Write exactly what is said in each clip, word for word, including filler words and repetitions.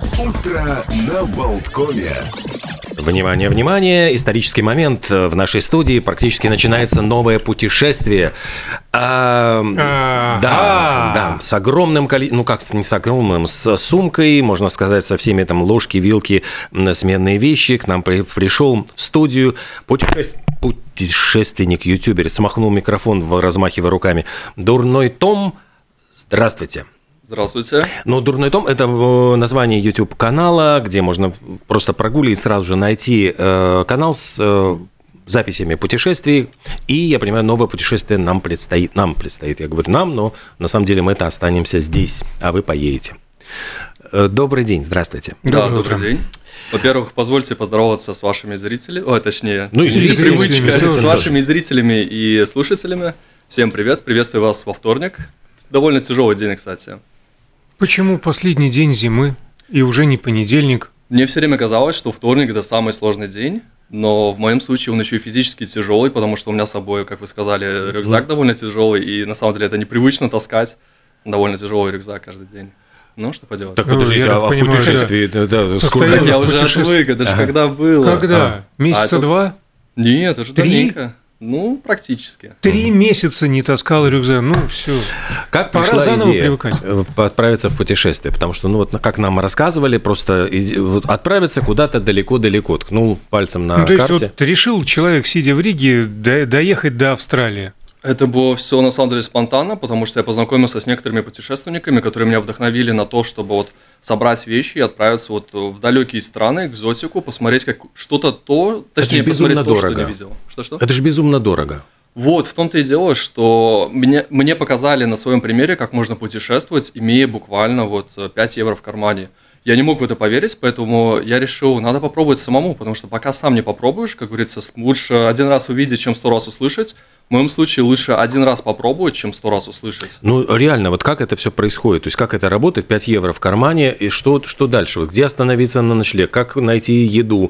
Утро на Болткоме. Внимание, внимание! Исторический момент. В нашей студии практически начинается новое путешествие. А, да, да, с огромным количеством, ну как не с огромным, с сумкой, можно сказать, со всеми там ложки, вилки, сменные вещи. К нам при, пришел в студию путешествие. Путешественник, ютубер, смахнул микрофон, размахивая руками. Дурной Том, здравствуйте. Здравствуйте. Ну, «Дурной Том» – это название YouTube-канала, где можно просто прогуливать, сразу же найти э, канал с э, записями путешествий. И, я понимаю, новое путешествие нам предстоит. Нам предстоит, я говорю нам, но на самом деле мы-то останемся здесь, а вы поедете. Э, добрый день, здравствуйте. Да, добрый добрый день. Во-первых, позвольте поздороваться с вашими зрителями, о, точнее, ну, и зрители, привычка, зрители, с вашими зрителями и слушателями. Всем привет, приветствую вас во вторник. Довольно тяжелый день, кстати. Почему последний день зимы и уже не понедельник? Мне все время казалось, что вторник – это самый сложный день, но в моем случае он еще и физически тяжелый, потому что у меня с собой, как вы сказали, рюкзак mm. довольно тяжелый, и на самом деле это непривычно таскать довольно тяжелый рюкзак каждый день. Ну, что поделать. Так, подождите, ну, а в понимаю, путешествии… Да. Да, да, сколько? Я уже отвык, это же ага. когда было. Когда? А. Месяца а два? Это... Нет, это же давненько. Ну, практически. Три месяца не таскал рюкзак, ну все. Как пора пришла заново идея привыкать. Отправиться в путешествие? Потому что, ну вот, как нам рассказывали, просто отправиться куда-то далеко-далеко, ткнул пальцем на ну, то карте. есть, вот решил человек, сидя в Риге, доехать до Австралии. Это было все на самом деле спонтанно, потому что я познакомился с некоторыми путешественниками, которые меня вдохновили на то, чтобы вот собрать вещи и отправиться вот в далекие страны, к экзотику, посмотреть как что-то то, точнее, посмотреть то, дорого. что не видел. Что-что? Это же безумно дорого. Вот, в том-то и дело, что мне, мне показали на своем примере, как можно путешествовать, имея буквально вот пять евро в кармане. Я не мог в это поверить, поэтому я решил, надо попробовать самому, потому что пока сам не попробуешь, как говорится, лучше один раз увидеть, чем сто раз услышать. В моем случае лучше один раз попробовать, чем сто раз услышать. Ну, реально, вот как это все происходит? То есть, как это работает? пять евро в кармане, и что, что дальше? Вот где остановиться на ночлег? Как найти еду?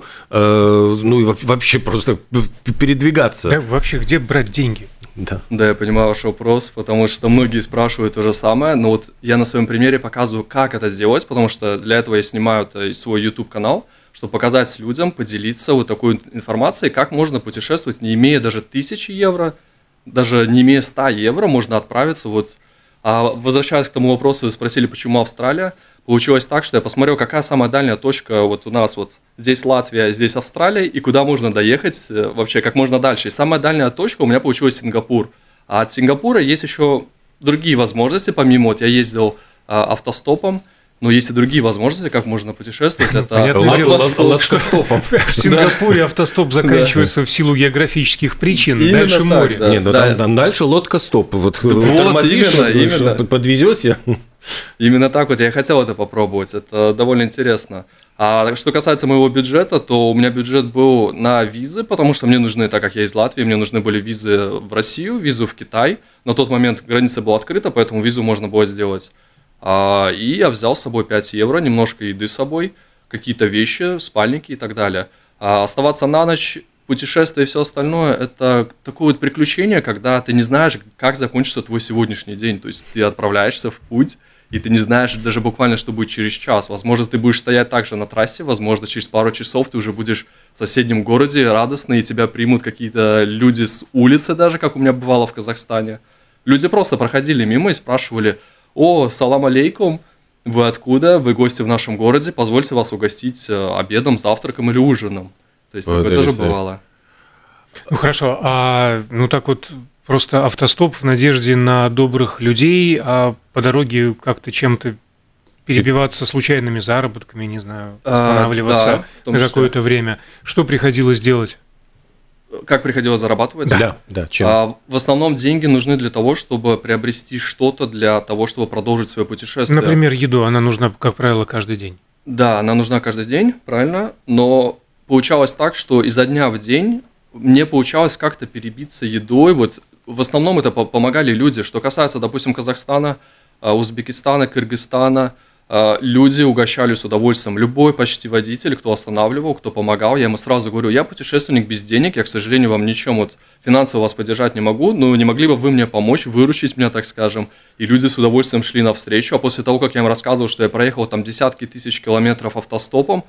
Э, ну, и вообще просто передвигаться. Да, вообще, где брать деньги? Да. Да, я понимаю ваш вопрос, потому что многие спрашивают то же самое, но вот я на своем примере показываю, как это сделать, потому что для этого я снимаю свой YouTube-канал, чтобы показать людям, поделиться вот такой информацией, как можно путешествовать, не имея даже тысячи евро, даже не имея ста евро, можно отправиться. Вот. А возвращаясь к тому вопросу, вы спросили, почему Австралия, получилось так, что я посмотрел, какая самая дальняя точка вот у нас вот здесь Латвия, здесь Австралия, и куда можно доехать вообще как можно дальше. И самая дальняя точка у меня получилась Сингапур. А от Сингапура есть еще другие возможности, помимо вот я ездил а, автостопом, но есть и другие возможности, как можно путешествовать. Это лодкостопом. В Сингапуре автостоп заканчивается в силу географических причин, дальше море. Нет, ну там дальше лодкостоп. Вот именно, подвезете. Именно так вот я и хотел это попробовать. Это довольно интересно. А что касается моего бюджета, то у меня бюджет был на визы, потому что мне нужны, так как я из Латвии, мне нужны были визы в Россию, визу в Китай. На тот момент граница была открыта, поэтому визу можно было сделать. А, и я взял с собой пять евро, немножко еды с собой, какие-то вещи, спальники и так далее. А оставаться на ночь, путешествие и все остальное – это такое вот приключение, когда ты не знаешь, как закончится твой сегодняшний день. То есть ты отправляешься в путь, и ты не знаешь даже буквально, что будет через час. Возможно, ты будешь стоять также на трассе, возможно, через пару часов ты уже будешь в соседнем городе радостный, и тебя примут какие-то люди с улицы даже, как у меня бывало в Казахстане. Люди просто проходили мимо и спрашивали: «О, салам алейкум, вы откуда? Вы гости в нашем городе, позвольте вас угостить обедом, завтраком или ужином». То есть, такое тоже бывало. Ну, хорошо, а ну так вот просто автостоп в надежде на добрых людей, а по дороге как-то чем-то перебиваться случайными заработками, не знаю, останавливаться а, да, на какое-то время. Что приходилось делать? Как приходилось зарабатывать? Да, да. Чем? А, в основном деньги нужны для того, чтобы приобрести что-то для того, чтобы продолжить свое путешествие. Например, еду, она нужна, как правило, каждый день. Да, она нужна каждый день, правильно, но получалось так, что изо дня в день мне получалось как-то перебиться едой. Вот в основном это помогали люди. Что касается, допустим, Казахстана, Узбекистана, Кыргызстана, люди угощали с удовольствием. Любой почти водитель, кто останавливал, кто помогал, я ему сразу говорю, я путешественник без денег, я, к сожалению, вам ничем вот финансово вас поддержать не могу, но не могли бы вы мне помочь, выручить меня, так скажем. И люди с удовольствием шли навстречу, а после того, как я им рассказывал, что я проехал там десятки тысяч километров автостопом,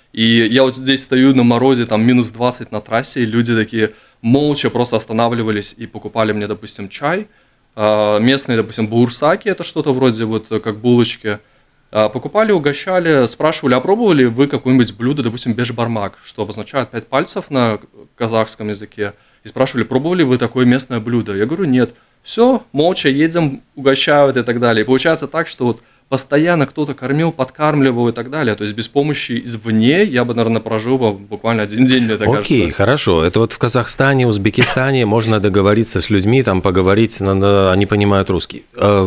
и я вот здесь стою на морозе, там минус двадцать на трассе, и люди такие молча просто останавливались и покупали мне, допустим, чай. Местные, допустим, бурсаки, это что-то вроде вот как булочки. Покупали, угощали, спрашивали, а пробовали вы какое-нибудь блюдо, допустим, бешбармак, что обозначает пять пальцев на казахском языке. И спрашивали, пробовали вы такое местное блюдо? Я говорю, нет. Все, молча едем, угощают и так далее. И получается так, что вот постоянно кто-то кормил, подкармливал и так далее. То есть без помощи извне я бы, наверное, прожил бы буквально один день, мне так кажется. Окей, хорошо. Это вот в Казахстане, Узбекистане можно договориться с людьми, там поговорить, они понимают русский.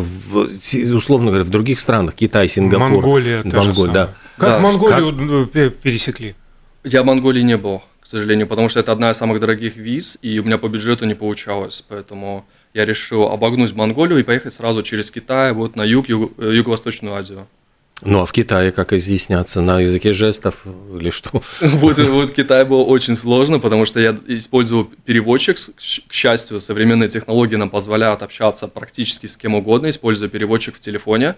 В, условно говоря, в других странах, Китай, Сингапур. Монголия, Монголия, да. Как да. Монголию как? пересекли? Я в Монголии не был, к сожалению, потому что это одна из самых дорогих виз, и у меня по бюджету не получалось, поэтому я решил обогнуть Монголию и поехать сразу через Китай вот на юг, юг Юго-Восточную Азию. Ну, а в Китае как изъясняться? На языке жестов или что? Вот, вот Китай было очень сложно, потому что я использовал переводчик. К счастью, современные технологии нам позволяют общаться практически с кем угодно, используя переводчик в телефоне.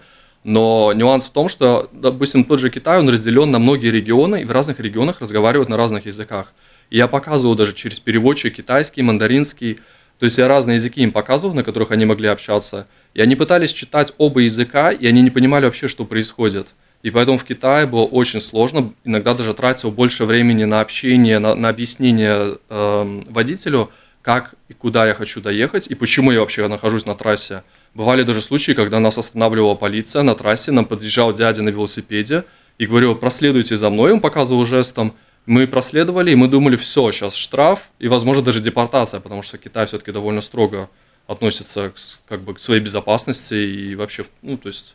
Но нюанс в том, что, допустим, тот же Китай, он разделен на многие регионы, и в разных регионах разговаривают на разных языках. И я показывал даже через переводчик китайский, мандаринский. То есть я разные языки им показывал, на которых они могли общаться, и они пытались читать оба языка, и они не понимали вообще, что происходит. И поэтому в Китае было очень сложно, иногда даже тратил больше времени на общение, на, на объяснение э, водителю, как и куда я хочу доехать, и почему я вообще нахожусь на трассе. Бывали даже случаи, когда нас останавливала полиция на трассе, нам подъезжал дядя на велосипеде и говорил, проследуйте за мной, он показывал жестом. Мы проследовали, и мы думали, все, сейчас штраф и, возможно, даже депортация, потому что Китай все-таки довольно строго относится к, как бы, к своей безопасности и вообще, ну, то есть...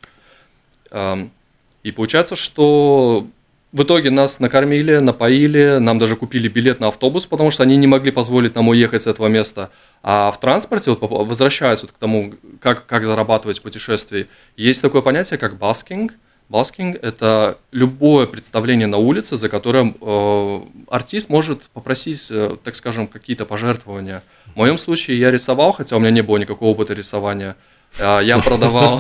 Эм, и получается, что в итоге нас накормили, напоили, нам даже купили билет на автобус, потому что они не могли позволить нам уехать с этого места. А в транспорте, вот, возвращаясь вот к тому, как, как зарабатывать в путешествии, есть такое понятие, как баскинг. Баскинг – это любое представление на улице, за которым э, артист может попросить, э, так скажем, какие-то пожертвования. В моем случае я рисовал, хотя у меня не было никакого опыта рисования. Э, я продавал…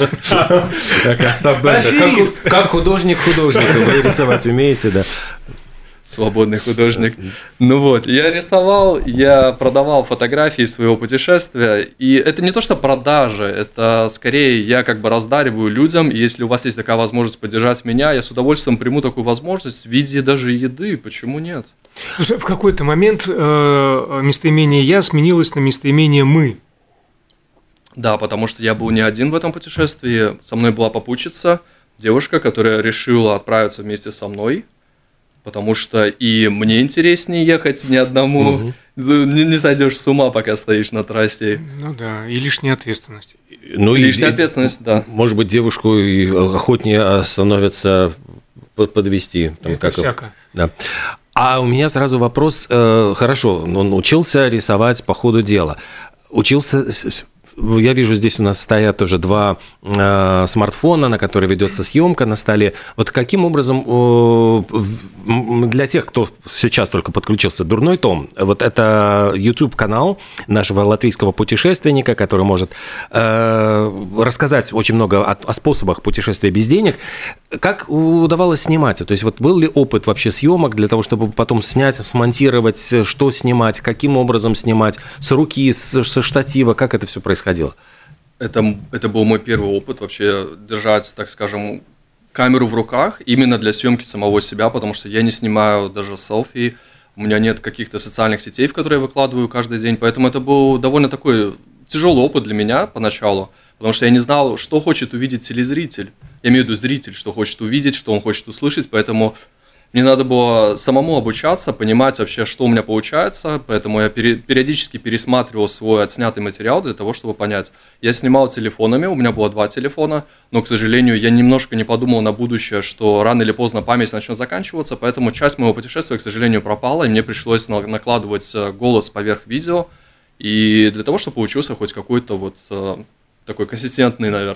Как художник художника, вы рисовать умеете, да? Свободный художник. Ну вот, я рисовал, я продавал фотографии своего путешествия, и это не то, что продажи, это скорее я как бы раздариваю людям, и если у вас есть такая возможность поддержать меня, я с удовольствием приму такую возможность в виде даже еды, почему нет? Слушай, в какой-то момент э, местоимение «я» сменилось на местоимение «мы». Да, потому что я был не один в этом путешествии, со мной была попутчица, девушка, которая решила отправиться вместе со мной, потому что и мне интереснее ехать не одному, угу. не, не сойдешь с ума, пока стоишь на трассе. Ну да, и лишняя ответственность. Ну, и лишняя и, ответственность, да. Может быть, девушку и охотнее становится подвести. Там, Это как всяко. Да. А у меня сразу вопрос. Хорошо, он учился рисовать по ходу дела. Учился... Я вижу, здесь у нас стоят тоже два э, смартфона, на которые ведется съемка на столе. Вот каким образом э, для тех, кто сейчас только подключился, «Дурной том», вот это YouTube-канал нашего латвийского путешественника, который может э, рассказать очень много о, о способах путешествия без денег. Как удавалось снимать? То есть вот был ли опыт вообще съемок для того, чтобы потом снять, смонтировать, что снимать, каким образом снимать, с руки, с, со штатива, как это все происходило? Это, это был мой первый опыт вообще держать, так скажем, камеру в руках именно для съемки самого себя, потому что я не снимаю даже селфи, у меня нет каких-то социальных сетей, в которые я выкладываю каждый день, поэтому это был довольно такой тяжелый опыт для меня поначалу, потому что я не знал, что хочет увидеть телезритель, я имею в виду зритель, что хочет увидеть, что он хочет услышать, поэтому мне надо было самому обучаться, понимать вообще, что у меня получается, поэтому я периодически пересматривал свой отснятый материал для того, чтобы понять. Я снимал телефонами, у меня было два телефона, но, к сожалению, я немножко не подумал на будущее, что рано или поздно память начнет заканчиваться, поэтому часть моего путешествия, к сожалению, пропала, и мне пришлось накладывать голос поверх видео, и для того, чтобы получился хоть какой-то вот такой консистентный, наверное,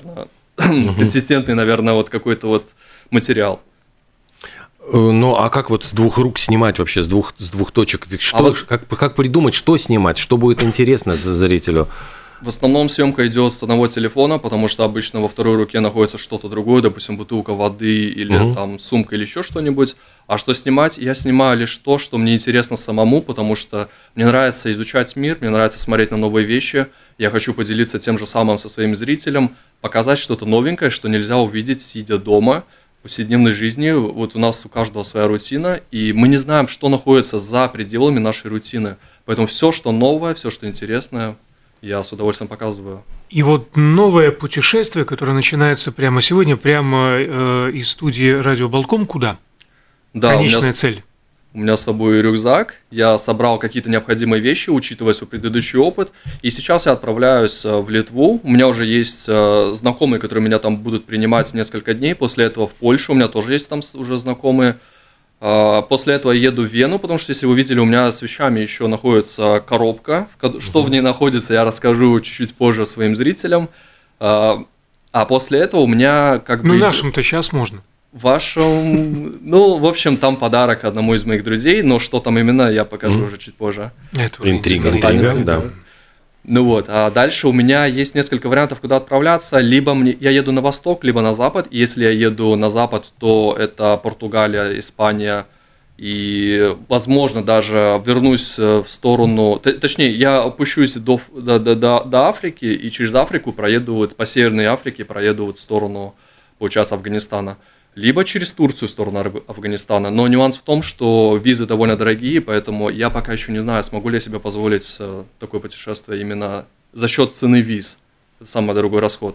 консистентный, наверное, вот какой-то вот материал. Ну, а как вот с двух рук снимать вообще, с двух, с двух точек? Что, а вас... как, как придумать, что снимать, что будет интересно зрителю? В основном съемка идет с одного телефона, потому что обычно во второй руке находится что-то другое, допустим, бутылка воды или угу. там сумка или еще что-нибудь. А что снимать? Я снимаю лишь то, что мне интересно самому, потому что мне нравится изучать мир, мне нравится смотреть на новые вещи. Я хочу поделиться тем же самым со своим зрителем, показать что-то новенькое, что нельзя увидеть, сидя дома. В повседневной жизни вот у нас у каждого своя рутина, и мы не знаем, что находится за пределами нашей рутины. Поэтому все, что новое, все, что интересное, я с удовольствием показываю. И вот новое путешествие, которое начинается прямо сегодня, прямо э, из студии «Радио Болтком», куда? Да, конечная у меня, цель. У меня с собой рюкзак, я собрал какие-то необходимые вещи, учитывая свой предыдущий опыт, и сейчас я отправляюсь в Литву. У меня уже есть знакомые, которые меня там будут принимать несколько дней, после этого в Польшу, у меня тоже есть там уже знакомые. После этого я еду в Вену, потому что, если вы видели, у меня с вещами еще находится коробка. Что в ней находится, я расскажу чуть-чуть позже своим зрителям. А после этого у меня как бы... Ну, нашим-то сейчас можно. Вашем... Ну, в общем, там подарок одному из моих друзей, но что там именно, я покажу mm. уже чуть позже. Это уже интрига, интрига, да. Ну вот, а дальше у меня есть несколько вариантов, куда отправляться. Либо мне, я еду на восток, либо на запад. Если я еду на запад, то это Португалия, Испания. И, возможно, даже вернусь в сторону... Т- точнее, я опущусь до, до, до, до Африки, и через Африку проеду вот, по Северной Африке, проеду вот в сторону, получается, Афганистана. Либо через Турцию в сторону Афганистана. Но нюанс в том, что визы довольно дорогие, поэтому я пока еще не знаю, смогу ли я себе позволить такое путешествие именно за счет цены виз. Это самый дорогой расход.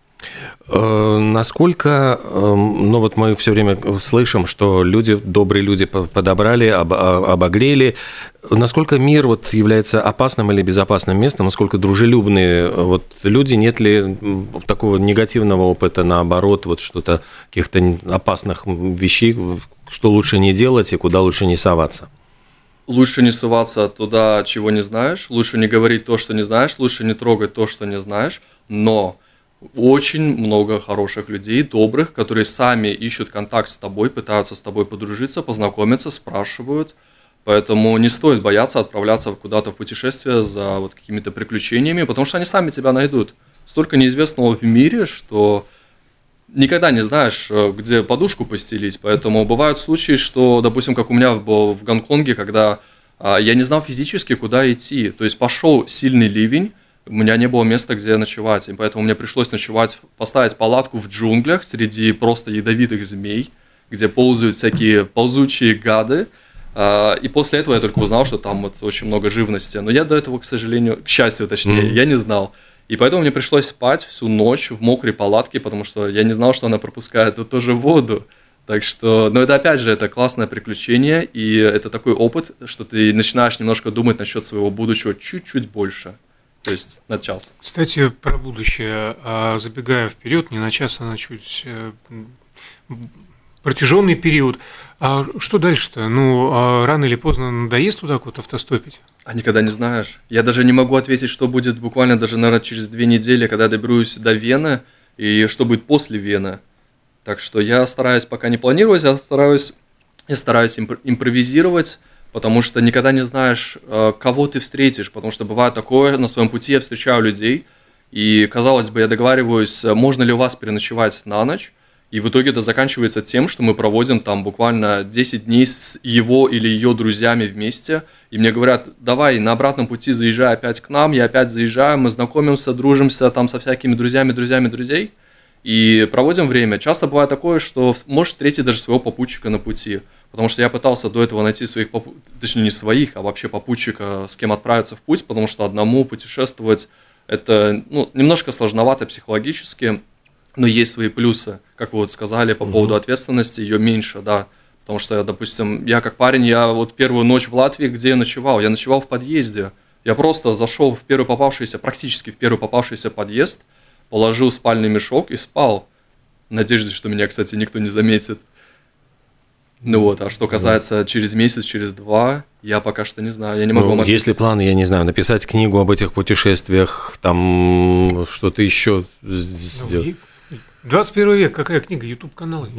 Насколько, ну вот мы все время слышим, что люди, добрые люди подобрали, об, обогрели. Насколько мир вот является опасным или безопасным местом, насколько дружелюбные вот люди, нет ли такого негативного опыта, наоборот, вот что-то, каких-то опасных вещей, что лучше не делать и куда лучше не соваться? Лучше не соваться туда, чего не знаешь, лучше не говорить то, что не знаешь, лучше не трогать то, что не знаешь, но... Очень много хороших людей, добрых, которые сами ищут контакт с тобой, пытаются с тобой подружиться, познакомиться, спрашивают. Поэтому не стоит бояться отправляться куда-то в путешествие за вот какими-то приключениями, потому что они сами тебя найдут. Столько неизвестного в мире, что никогда не знаешь, где подушку постелить. Поэтому бывают случаи, что, допустим, как у меня было в Гонконге, когда я не знал физически, куда идти. То есть пошел сильный ливень, у меня не было места, где ночевать, и поэтому мне пришлось ночевать, поставить палатку в джунглях среди просто ядовитых змей, где ползают всякие ползучие гады, и после этого я только узнал, что там вот очень много живности, но я до этого, к сожалению, к счастью, точнее, mm-hmm. я не знал, и поэтому мне пришлось спать всю ночь в мокрой палатке, потому что я не знал, что она пропускает вот тоже воду. Так что, но это опять же, это классное приключение, и это такой опыт, что ты начинаешь немножко думать насчет своего будущего чуть-чуть больше. То есть на час. Кстати, про будущее. Забегая вперед, не на час, а на чуть протяженный период. А что дальше-то? Ну, рано или поздно надоест вот так вот автостопить? А никогда не знаешь. Я даже не могу ответить, что будет буквально даже, наверное, через две недели, когда я доберусь до Вены, и что будет после Вены. Так что я стараюсь пока не планировать, я стараюсь, я стараюсь импровизировать, потому что никогда не знаешь, кого ты встретишь, потому что бывает такое, на своем пути я встречаю людей, и, казалось бы, я договариваюсь, можно ли у вас переночевать на ночь, и в итоге это заканчивается тем, что мы проводим там буквально десять дней с его или ее друзьями вместе, и мне говорят, давай на обратном пути заезжай опять к нам, я опять заезжаю, мы знакомимся, дружимся там со всякими друзьями, друзьями, друзей, и проводим время. Часто бывает такое, что можешь встретить даже своего попутчика на пути, потому что я пытался до этого найти своих, попу... точнее не своих, а вообще попутчика, с кем отправиться в путь, потому что одному путешествовать это ну, немножко сложновато психологически, но есть свои плюсы, как вы вот сказали по поводу mm-hmm. ответственности, ее меньше, да, потому что, допустим, я как парень, я вот первую ночь в Латвии, где я ночевал, я ночевал в подъезде, я просто зашел в первый попавшийся, практически в первый попавшийся подъезд, положил спальный мешок и спал, в надежде, что меня, кстати, никто не заметит. Ну вот, а что касается через месяц, через два, я пока что не знаю, я не могу ну, вам ответить. Есть ли планы, я не знаю, написать книгу об этих путешествиях, там что-то еще сделать? двадцать первый век, какая книга? YouTube-каналы.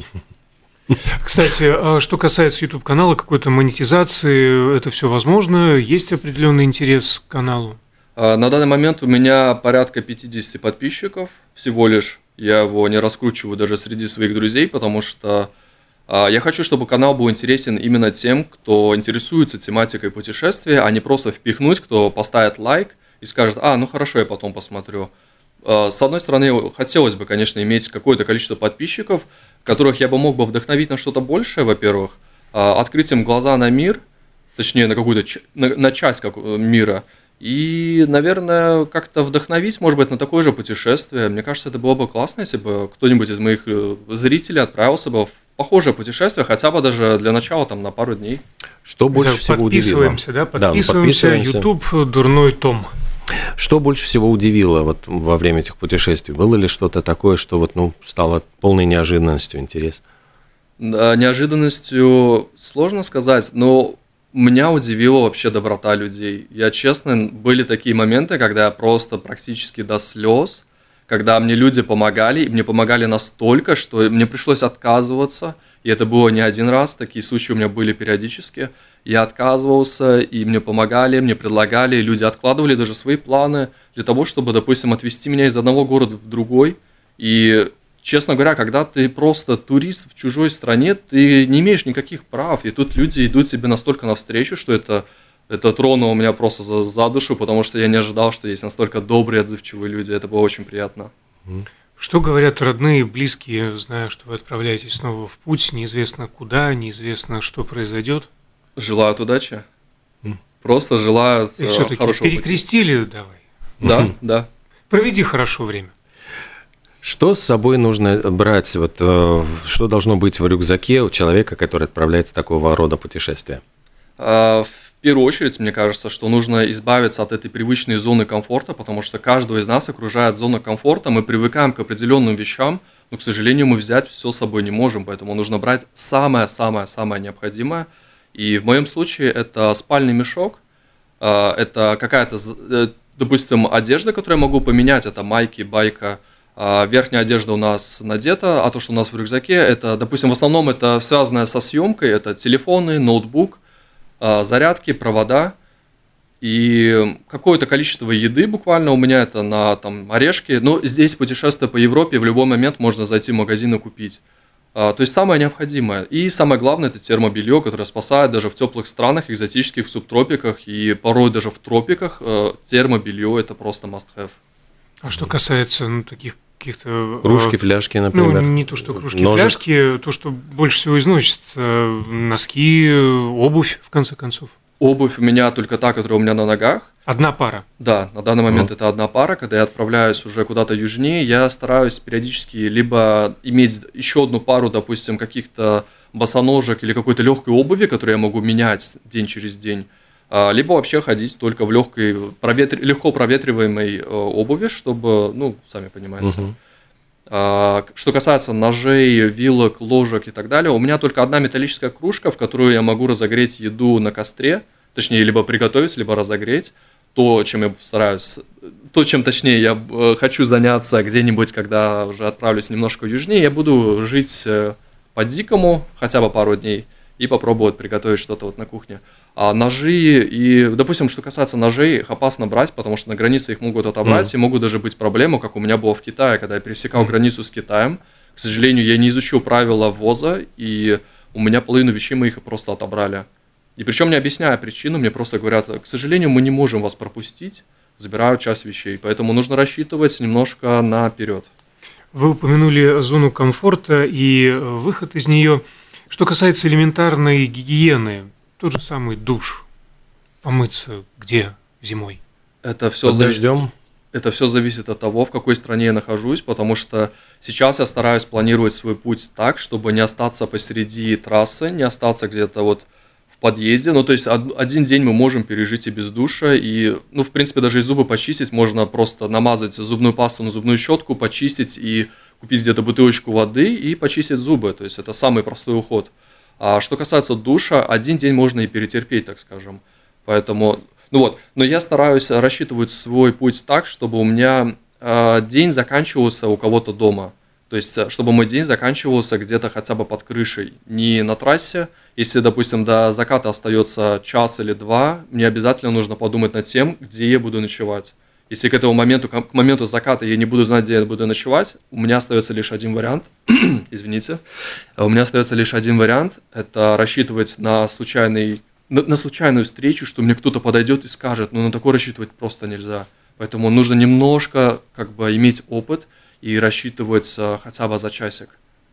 Кстати, что касается YouTube-канала, какой-то монетизации, это все возможно? Есть определенный интерес к каналу? На данный момент у меня порядка пятьдесят подписчиков всего лишь. Я его не раскручиваю даже среди своих друзей, потому что я хочу, чтобы канал был интересен именно тем, кто интересуется тематикой путешествия, а не просто впихнуть, кто поставит лайк и скажет: а, ну хорошо, я потом посмотрю. С одной стороны, хотелось бы, конечно, иметь какое-то количество подписчиков, которых я бы мог бы вдохновить на что-то большее, во-первых, открыть им глаза на мир, точнее, на какую-то на, на часть как, мира, и, наверное, как-то вдохновить, может быть, на такое же путешествие. Мне кажется, это было бы классно, если бы кто-нибудь из моих зрителей отправился бы в похожее путешествие, хотя бы даже для начала там на пару дней. Что больше да, всего подписываемся, удивило? Да, подписываемся, да, подписываемся. YouTube, дурной том. Что больше всего удивило вот во время этих путешествий? Было ли что-то такое, что вот, ну, стало полной неожиданностью, интерес? Да, неожиданностью сложно сказать, но меня удивила вообще доброта людей. Я честно, были такие моменты, когда я просто практически до слез, когда мне люди помогали, и мне помогали настолько, что мне пришлось отказываться, и это было не один раз, такие случаи у меня были периодически. Я отказывался, и мне помогали, мне предлагали, люди откладывали даже свои планы для того, чтобы, допустим, отвезти меня из одного города в другой. И, честно говоря, когда ты просто турист в чужой стране, ты не имеешь никаких прав, и тут люди идут тебе настолько навстречу, что это, это тронуло меня просто за, за душу, потому что я не ожидал, что есть настолько добрые, отзывчивые люди, это было очень приятно. Что говорят родные, близкие, зная, что вы отправляетесь снова в путь, неизвестно куда, неизвестно, что произойдет? Желают удачи. Просто желают и все-таки хорошего перекрестили пути. Давай. Да, да. Проведи хорошо время. Что с собой нужно брать? Вот, что должно быть в рюкзаке у человека, который отправляется в такого рода путешествия? В первую очередь, мне кажется, что нужно избавиться от этой привычной зоны комфорта, потому что каждого из нас окружает зона комфорта, мы привыкаем к определенным вещам, но, к сожалению, мы взять все с собой не можем, поэтому нужно брать самое-самое-самое необходимое. И в моем случае это спальный мешок, это какая-то, допустим, одежда, которую я могу поменять, это майки, байка, верхняя одежда у нас надета, а то, что у нас в рюкзаке, это, допустим, в основном это связанное со съемкой, это телефоны, ноутбук, зарядки, провода и какое-то количество еды буквально у меня это на там, орешки. Но здесь путешествие по Европе, в любой момент можно зайти в магазин и купить. То есть самое необходимое. И самое главное – это термобелье, которое спасает даже в теплых странах, экзотических, в субтропиках и порой даже в тропиках. Термобелье – это просто must-have. А что касается ну, таких каких-то… Кружки, фляжки, например. Ну, не то, что кружки, ножик. Фляжки, то, что больше всего износится. Носки, обувь, в конце концов. Обувь у меня только та, которая у меня на ногах. Одна пара? Да, на данный момент mm. это одна пара. Когда я отправляюсь уже куда-то южнее, я стараюсь периодически либо иметь еще одну пару, допустим, каких-то босоножек или какой-то легкой обуви, которую я могу менять день через день, либо вообще ходить только в легкой, проветр... легко проветриваемой обуви, чтобы, ну, сами понимаете. Uh-huh. Что касается ножей, вилок, ложек и так далее, у меня только одна металлическая кружка, в которую я могу разогреть еду на костре, точнее, либо приготовить, либо разогреть. То, чем я стараюсь, то, чем, точнее, я хочу заняться где-нибудь, когда уже отправлюсь немножко южнее, я буду жить по-дикому хотя бы пару дней и попробовать приготовить что-то вот на кухне. А ножи и, допустим, что касается ножей, их опасно брать, потому что на границе их могут отобрать, mm. и могут даже быть проблемы, как у меня было в Китае, когда я пересекал mm. границу с Китаем. К сожалению, я не изучил правила ввоза, и у меня половину вещей мы их просто отобрали. И причем не объясняя причину, мне просто говорят: к сожалению, мы не можем вас пропустить, забирают часть вещей, поэтому нужно рассчитывать немножко наперед. Вы упомянули зону комфорта и выход из нее. Что касается элементарной гигиены, тот же самый душ, помыться где зимой? Это все зависит, это все зависит от того, в какой стране я нахожусь, потому что сейчас я стараюсь планировать свой путь так, чтобы не остаться посреди трассы, не остаться где-то вот в подъезде. Ну, то есть один день мы можем пережить и без душа, и, ну, в принципе, даже и зубы почистить можно просто намазать зубную пасту на зубную щетку, почистить и купить где-то бутылочку воды и почистить зубы. То есть это самый простой уход. А что касается душа, один день можно и перетерпеть, так скажем. Поэтому, ну вот, но я стараюсь рассчитывать свой путь так, чтобы у меня э, день заканчивался у кого-то дома. То есть, чтобы мой день заканчивался где-то хотя бы под крышей, не на трассе. Если, допустим, до заката остается час или два, мне обязательно нужно подумать над тем, где я буду ночевать. Если к этому моменту, к моменту заката я не буду знать, где я буду ночевать, у меня остается лишь один вариант. Извините. У меня остается лишь один вариант. Это рассчитывать на случайный, на, на случайную встречу, что мне кто-то подойдет и скажет, ну на такое рассчитывать просто нельзя. Поэтому нужно немножко как бы иметь опыт и рассчитывать а, хотя бы за часик.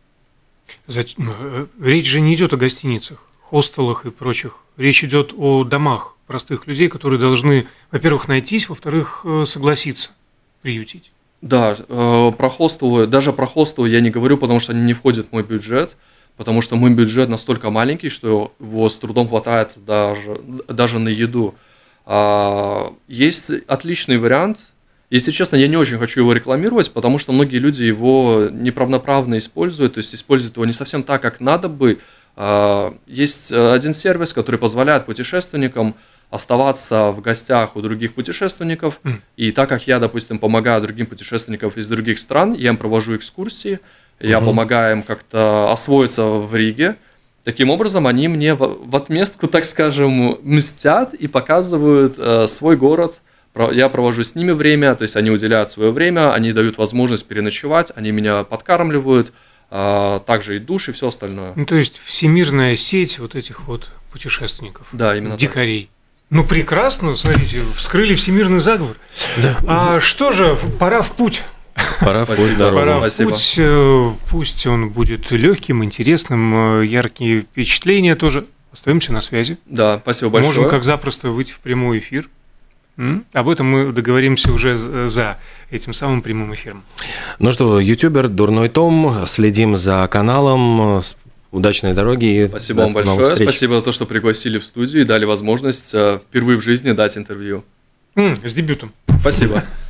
Речь же не идет о гостиницах, хостелах и прочих. Речь идет о домах простых людей, которые должны, во-первых, найтись, во-вторых, согласиться приютить. Да, э, про хостелы, даже про хостелы я не говорю, потому что они не входят в мой бюджет, потому что мой бюджет настолько маленький, что его с трудом хватает даже, даже на еду. А, есть отличный вариант. Если честно, я не очень хочу его рекламировать, потому что многие люди его неравноправно используют, то есть используют его не совсем так, как надо бы. Есть один сервис, который позволяет путешественникам оставаться в гостях у других путешественников, mm. и так как я, допустим, помогаю другим путешественникам из других стран, я им провожу экскурсии, mm-hmm. я помогаю им как-то освоиться в Риге. Таким образом, они мне в, в отместку, так скажем, мстят и показывают э, свой город. Я провожу с ними время, то есть они уделяют свое время, они дают возможность переночевать, они меня подкармливают, э, также и душ и все остальное. Ну, то есть всемирная сеть вот этих вот путешественников, да, именно дикарей. Так. Ну, прекрасно, смотрите, вскрыли всемирный заговор. Да. А что же, пора в путь. Пора в путь, дорогу. Пора в путь, пусть он будет легким, интересным, яркие впечатления тоже. Остаемся на связи. Да, спасибо большое. Можем как запросто выйти в прямой эфир. М? Об этом мы договоримся уже за этим самым прямым эфиром. Ну что, ютубер Дурной Том, следим за каналом. Удачной дороги. Спасибо вам большое. Спасибо за то, что пригласили в студию и дали возможность впервые в жизни дать интервью. М, с дебютом. Спасибо.